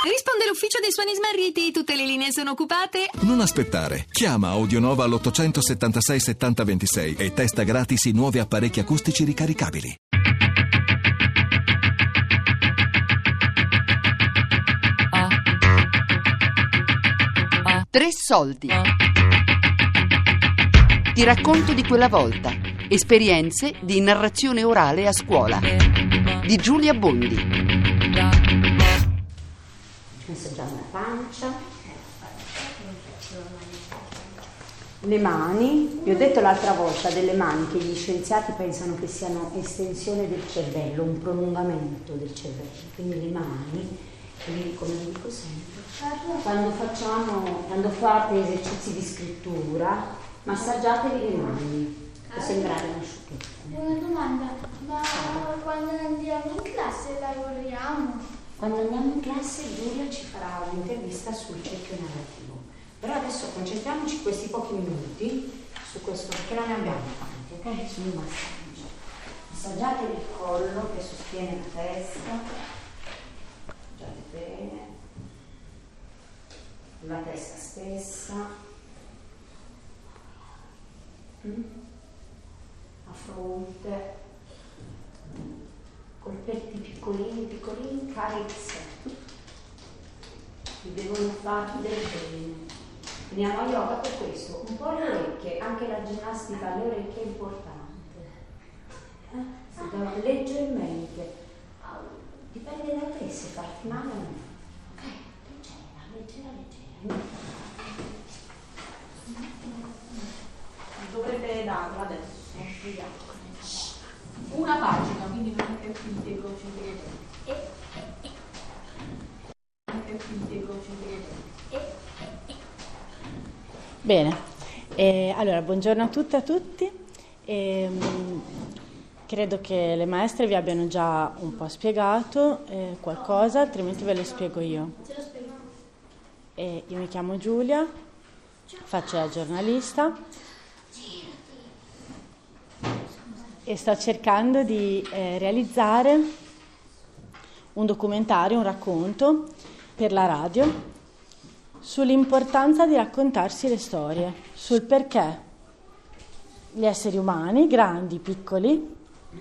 Risponde l'ufficio dei suoni smarriti, tutte le linee sono occupate. Non aspettare. Chiama Audionova all'876 70 26 e testa gratis i nuovi apparecchi acustici ricaricabili. Tre soldi. Ti racconto di quella volta. Esperienze di narrazione orale a scuola di Giulia Bondi. Ho messo già la pancia, le mani. Vi ho detto l'altra volta delle mani che gli scienziati pensano che siano estensione del cervello, un prolungamento del cervello. Quindi le mani, quindi come dico sempre, quando fate esercizi di scrittura, massaggiatevi le mani. Può sembrare una sciocchezza. Una domanda, ma quando andiamo in classe lavoriamo? Quando andiamo in classe Giulia ci farà un'intervista sul cerchio narrativo. Però adesso concentriamoci questi pochi minuti su questo, perché non ne abbiamo tanti, ok? Sul massaggio. Massaggiatevi il collo che sostiene la testa. Massaggiate bene. La testa stessa. A fronte, colpetti piccolini, carezze, vi devono fare del bene. Veniamo a yoga per questo, un po' le orecchie, anche la ginnastica alle orecchie è importante. Si dà leggermente, dipende da te se farti male o no. Ok, leggera. Dovrete darlo adesso. Una pagina, quindi non è più integro Bene, allora buongiorno a tutte e a tutti. Credo che le maestre vi abbiano già un po' spiegato qualcosa, altrimenti ve lo spiego io. Io mi chiamo Giulia, faccio la giornalista e sto cercando di realizzare un documentario, un racconto per la radio sull'importanza di raccontarsi le storie, sul perché gli esseri umani, grandi, piccoli,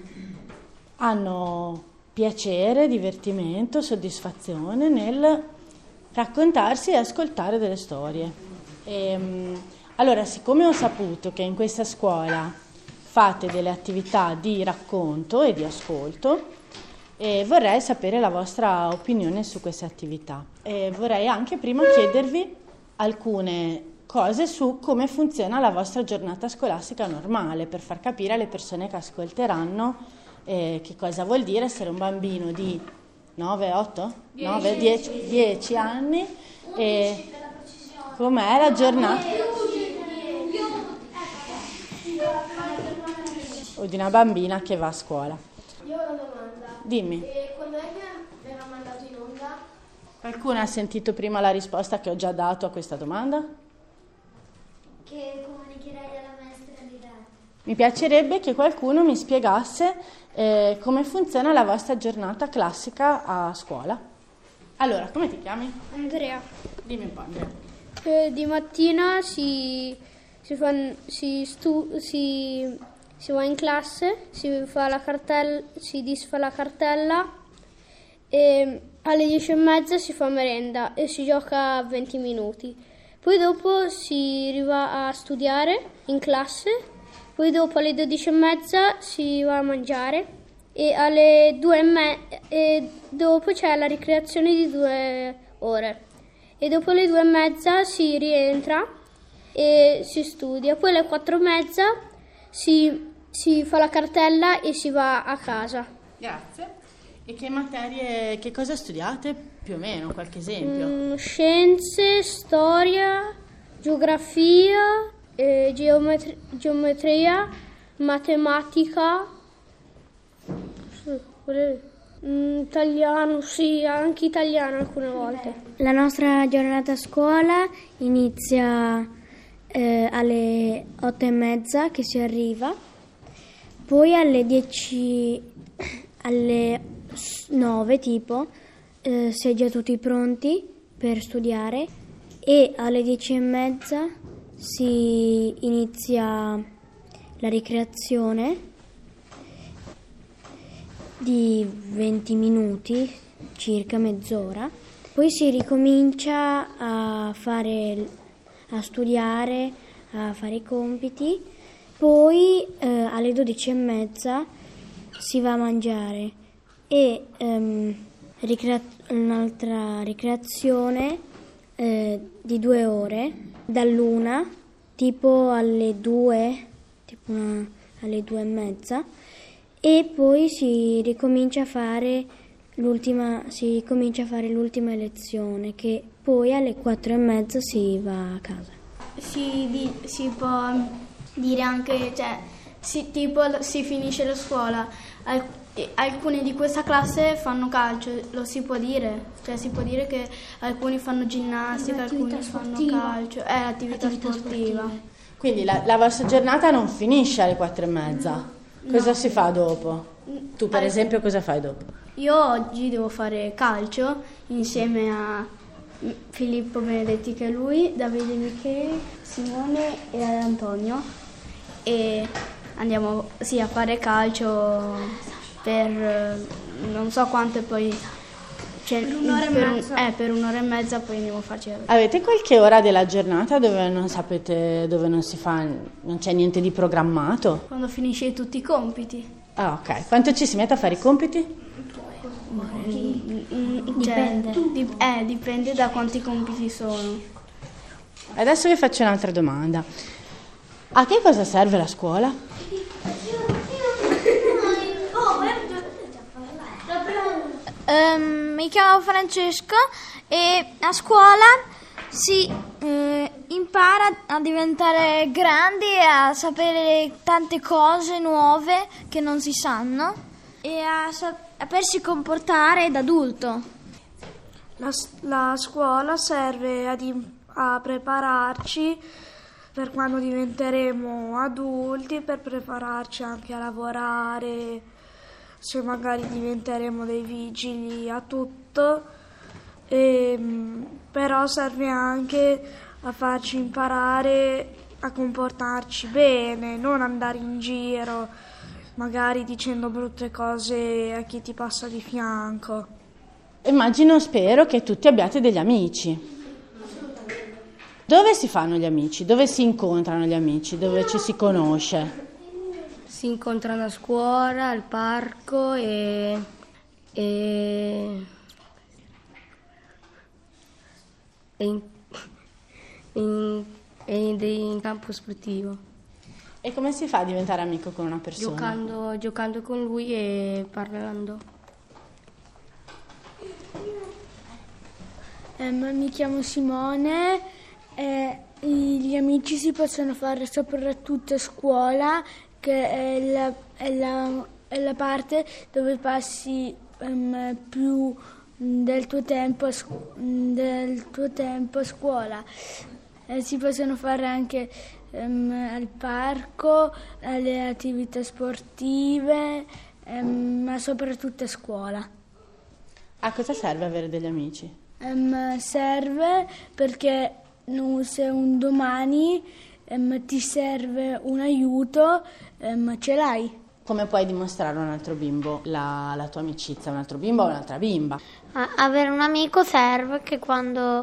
hanno piacere, divertimento, soddisfazione nel raccontarsi e ascoltare delle storie. Allora, siccome ho saputo che in questa scuola fate delle attività di racconto e di ascolto, vorrei sapere la vostra opinione su queste attività. Vorrei anche prima chiedervi alcune cose su come funziona la vostra giornata scolastica normale, per far capire alle persone che ascolteranno che cosa vuol dire essere un bambino di 10 anni e com'è la giornata o di una bambina che va a scuola. Io ho una domanda. Dimmi. Quando è che verrà mandato in onda? Qualcuno ha sentito prima la risposta che ho già dato a questa domanda? Che comunicherai alla maestra di dati. Mi piacerebbe che qualcuno mi spiegasse come funziona la vostra giornata classica a scuola. Allora, come ti chiami? Andrea. Dimmi un po', Andrea. Di mattina si va in classe, si disfa la cartella e alle 10:30 si fa merenda e si gioca 20 minuti. Poi dopo si arriva a studiare in classe, poi dopo alle 12:30 si va a mangiare e alle 2:30 e dopo c'è la ricreazione di 2 ore. E dopo le 2:30 si rientra e si studia. Poi alle 4:30 si fa la cartella e si va a casa. Grazie. E che materie, che cosa studiate più o meno, qualche esempio? Scienze, storia, geografia, geometria, matematica, italiano, sì, anche italiano alcune volte. La nostra giornata a scuola inizia alle 8:30 che si arriva, poi alle 9 tipo si è già tutti pronti per studiare e alle 10:30 si inizia la ricreazione di 20 minuti, circa mezz'ora. Poi si ricomincia a studiare, a fare i compiti. Poi alle 12:30 si va a mangiare e un'altra ricreazione di 2 ore, dall'1 tipo alle 2, alle 2:30, e poi si ricomincia a fare l'ultima lezione, che poi alle 4:30 si va a casa. Si può dire anche, si finisce la scuola, alcuni di questa classe fanno calcio, lo si può dire? Cioè si può dire che alcuni fanno ginnastica, alcuni fanno calcio, è l'attività sportiva. Quindi la vostra giornata non finisce alle 4:30? Cosa si fa dopo? Tu per esempio cosa fai dopo? Io oggi devo fare calcio insieme a Filippo Benedetti, che è lui, Davide Michele, Simone e Antonio, e andiamo a fare calcio per non so quanto, e poi per 1 per 1 ora e mezza poi andiamo a farci. Avete qualche ora della giornata dove non sapete, dove non c'è niente di programmato? Quando finisce tutti i compiti. Ah, ok. Quanto ci si mette a fare i compiti? Dipende da quanti compiti sono. Adesso vi faccio un'altra domanda. A che cosa serve la scuola? Mi chiamo Francesca e a scuola si impara a diventare grandi e a sapere tante cose nuove che non si sanno e a sapersi comportare da adulto. La scuola serve a prepararci per quando diventeremo adulti, per prepararci anche a lavorare, se magari diventeremo dei vigili, a tutto, però serve anche a farci imparare a comportarci bene, non andare in giro magari dicendo brutte cose a chi ti passa di fianco. Spero che tutti abbiate degli amici. Dove si fanno gli amici? Dove si incontrano gli amici? Dove ci si conosce? Si incontrano a scuola, al parco e in campo sportivo. E come si fa a diventare amico con una persona? Giocando con lui e parlando. Mi chiamo Simone. Gli amici si possono fare soprattutto a scuola, che è la parte dove passi più del tuo tempo a scuola. Si possono fare anche al parco, alle attività sportive, ma soprattutto a scuola. A cosa serve avere degli amici? Serve perché se un domani ti serve un aiuto, ce l'hai. Come puoi dimostrare a un altro bimbo la tua amicizia, un altro bimbo o un'altra bimba? Avere un amico serve che quando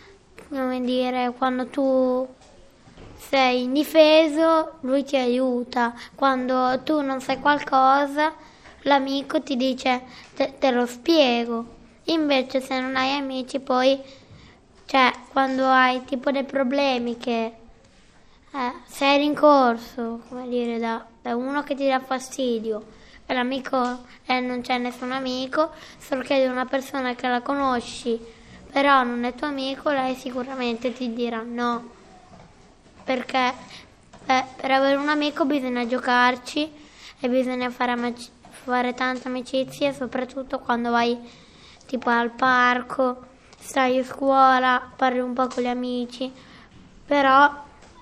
tu sei indifeso, lui ti aiuta. Quando tu non sai qualcosa, l'amico ti dice te lo spiego. Invece se non hai amici poi, quando hai tipo dei problemi che sei rincorso, da uno che ti dà fastidio e l'amico non c'è nessun amico, solo che è una persona che la conosci, però non è tuo amico, lei sicuramente ti dirà no. Perché per avere un amico bisogna giocarci e bisogna fare tante amicizie, soprattutto quando vai tipo al parco, stai a scuola, parli un po' con gli amici, però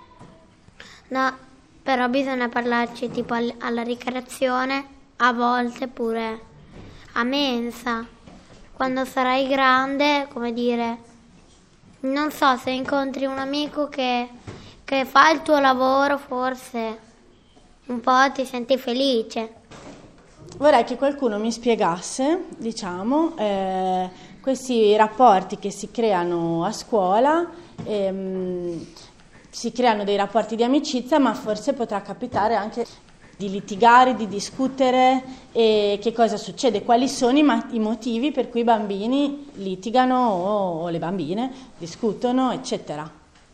bisogna parlarci tipo alla ricreazione, a volte pure a mensa, quando sarai grande, come dire, non so, se incontri un amico che fa il tuo lavoro, forse un po' ti senti felice. Vorrei che qualcuno mi spiegasse, diciamo, questi rapporti che si creano a scuola. Si creano dei rapporti di amicizia, ma forse potrà capitare anche di litigare, di discutere. E che cosa succede? Quali sono i motivi per cui i bambini litigano o le bambine discutono, eccetera?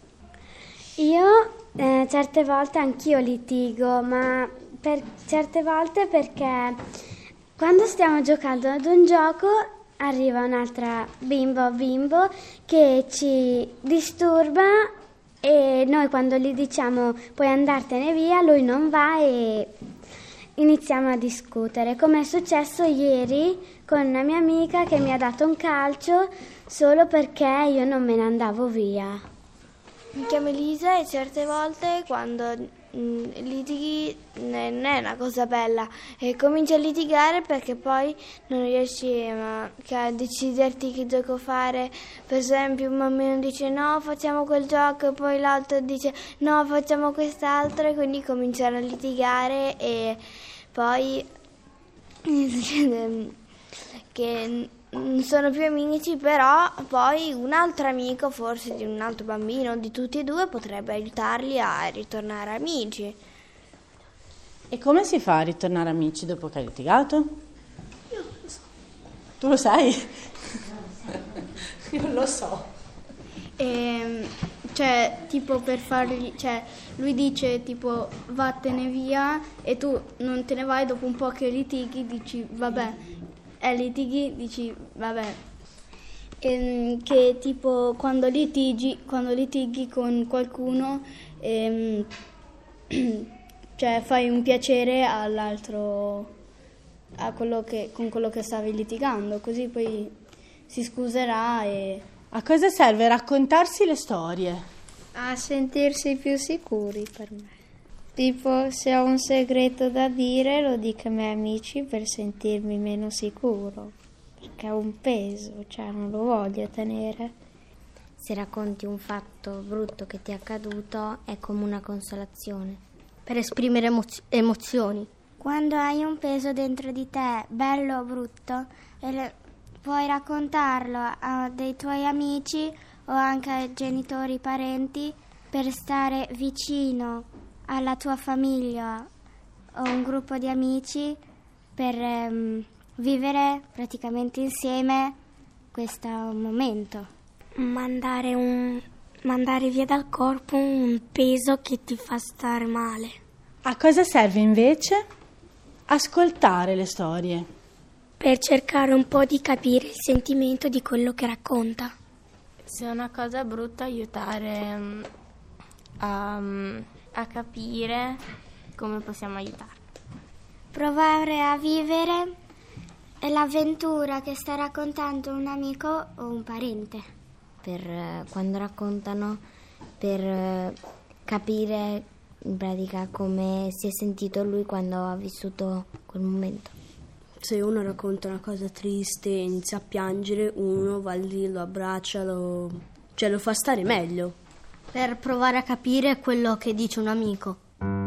Io certe volte anch'io litigo, ma per certe volte perché quando stiamo giocando ad un gioco arriva un'altra bimba o bimbo che ci disturba e noi quando gli diciamo puoi andartene via, lui non va e iniziamo a discutere, come è successo ieri con una mia amica che mi ha dato un calcio solo perché io non me ne andavo via. Mi chiamo Elisa e certe volte quando litighi non è una cosa bella e cominci a litigare perché poi non riesci a deciderti che gioco fare. Per esempio un bambino dice no, facciamo quel gioco, e poi l'altro dice no, facciamo quest'altro, e quindi cominciano a litigare e poi succede che non sono più amici, però poi un altro amico, forse di un altro bambino, di tutti e due, potrebbe aiutarli a ritornare amici. E come si fa a ritornare amici dopo che hai litigato? Io non lo so. Tu lo sai? Io lo so. Cioè, tipo per fargli, cioè, lui dice tipo vattene via e tu non te ne vai, dopo un po' che litighi dici vabbè. Litighi, dici vabbè, che tipo quando litighi con qualcuno, cioè fai un piacere all'altro, con quello che stavi litigando, così poi si scuserà. E a cosa serve raccontarsi le storie? A sentirsi più sicuri, per me. Tipo, se ho un segreto da dire, lo dico ai miei amici per sentirmi meno sicuro, perché è un peso, cioè non lo voglio tenere. Se racconti un fatto brutto che ti è accaduto, è come una consolazione. Per esprimere emozioni. Quando hai un peso dentro di te, bello o brutto, puoi raccontarlo a dei tuoi amici o anche ai genitori, parenti, per stare vicino alla tua famiglia o un gruppo di amici, per vivere praticamente insieme questo momento. Mandare via dal corpo un peso che ti fa stare male. A cosa serve invece ascoltare le storie? Per cercare un po' di capire il sentimento di quello che racconta. Se è una cosa brutta, aiutare a capire come possiamo aiutare. Provare a vivere l'avventura che sta raccontando un amico o un parente. Quando raccontano, per capire in pratica come si è sentito lui quando ha vissuto quel momento. Se uno racconta una cosa triste e inizia a piangere, uno va lì, lo abbraccia, lo fa stare meglio. Per provare a capire quello che dice un amico.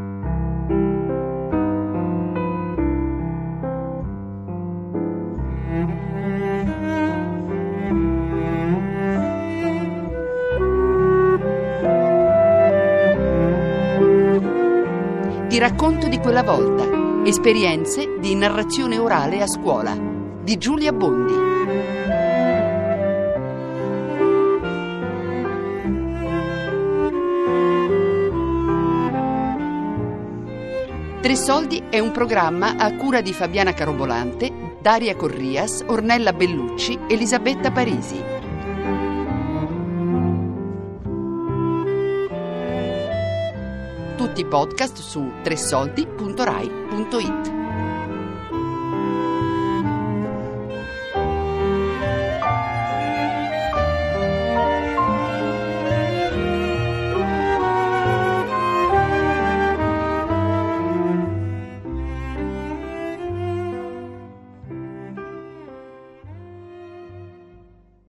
Ti racconto di quella volta. Esperienze di narrazione orale a scuola di Giulia Bondi. Tre Soldi è un programma a cura di Fabiana Carobolante, Daria Corrias, Ornella Bellucci, Elisabetta Parisi. Tutti i podcast su tresoldi.rai.it.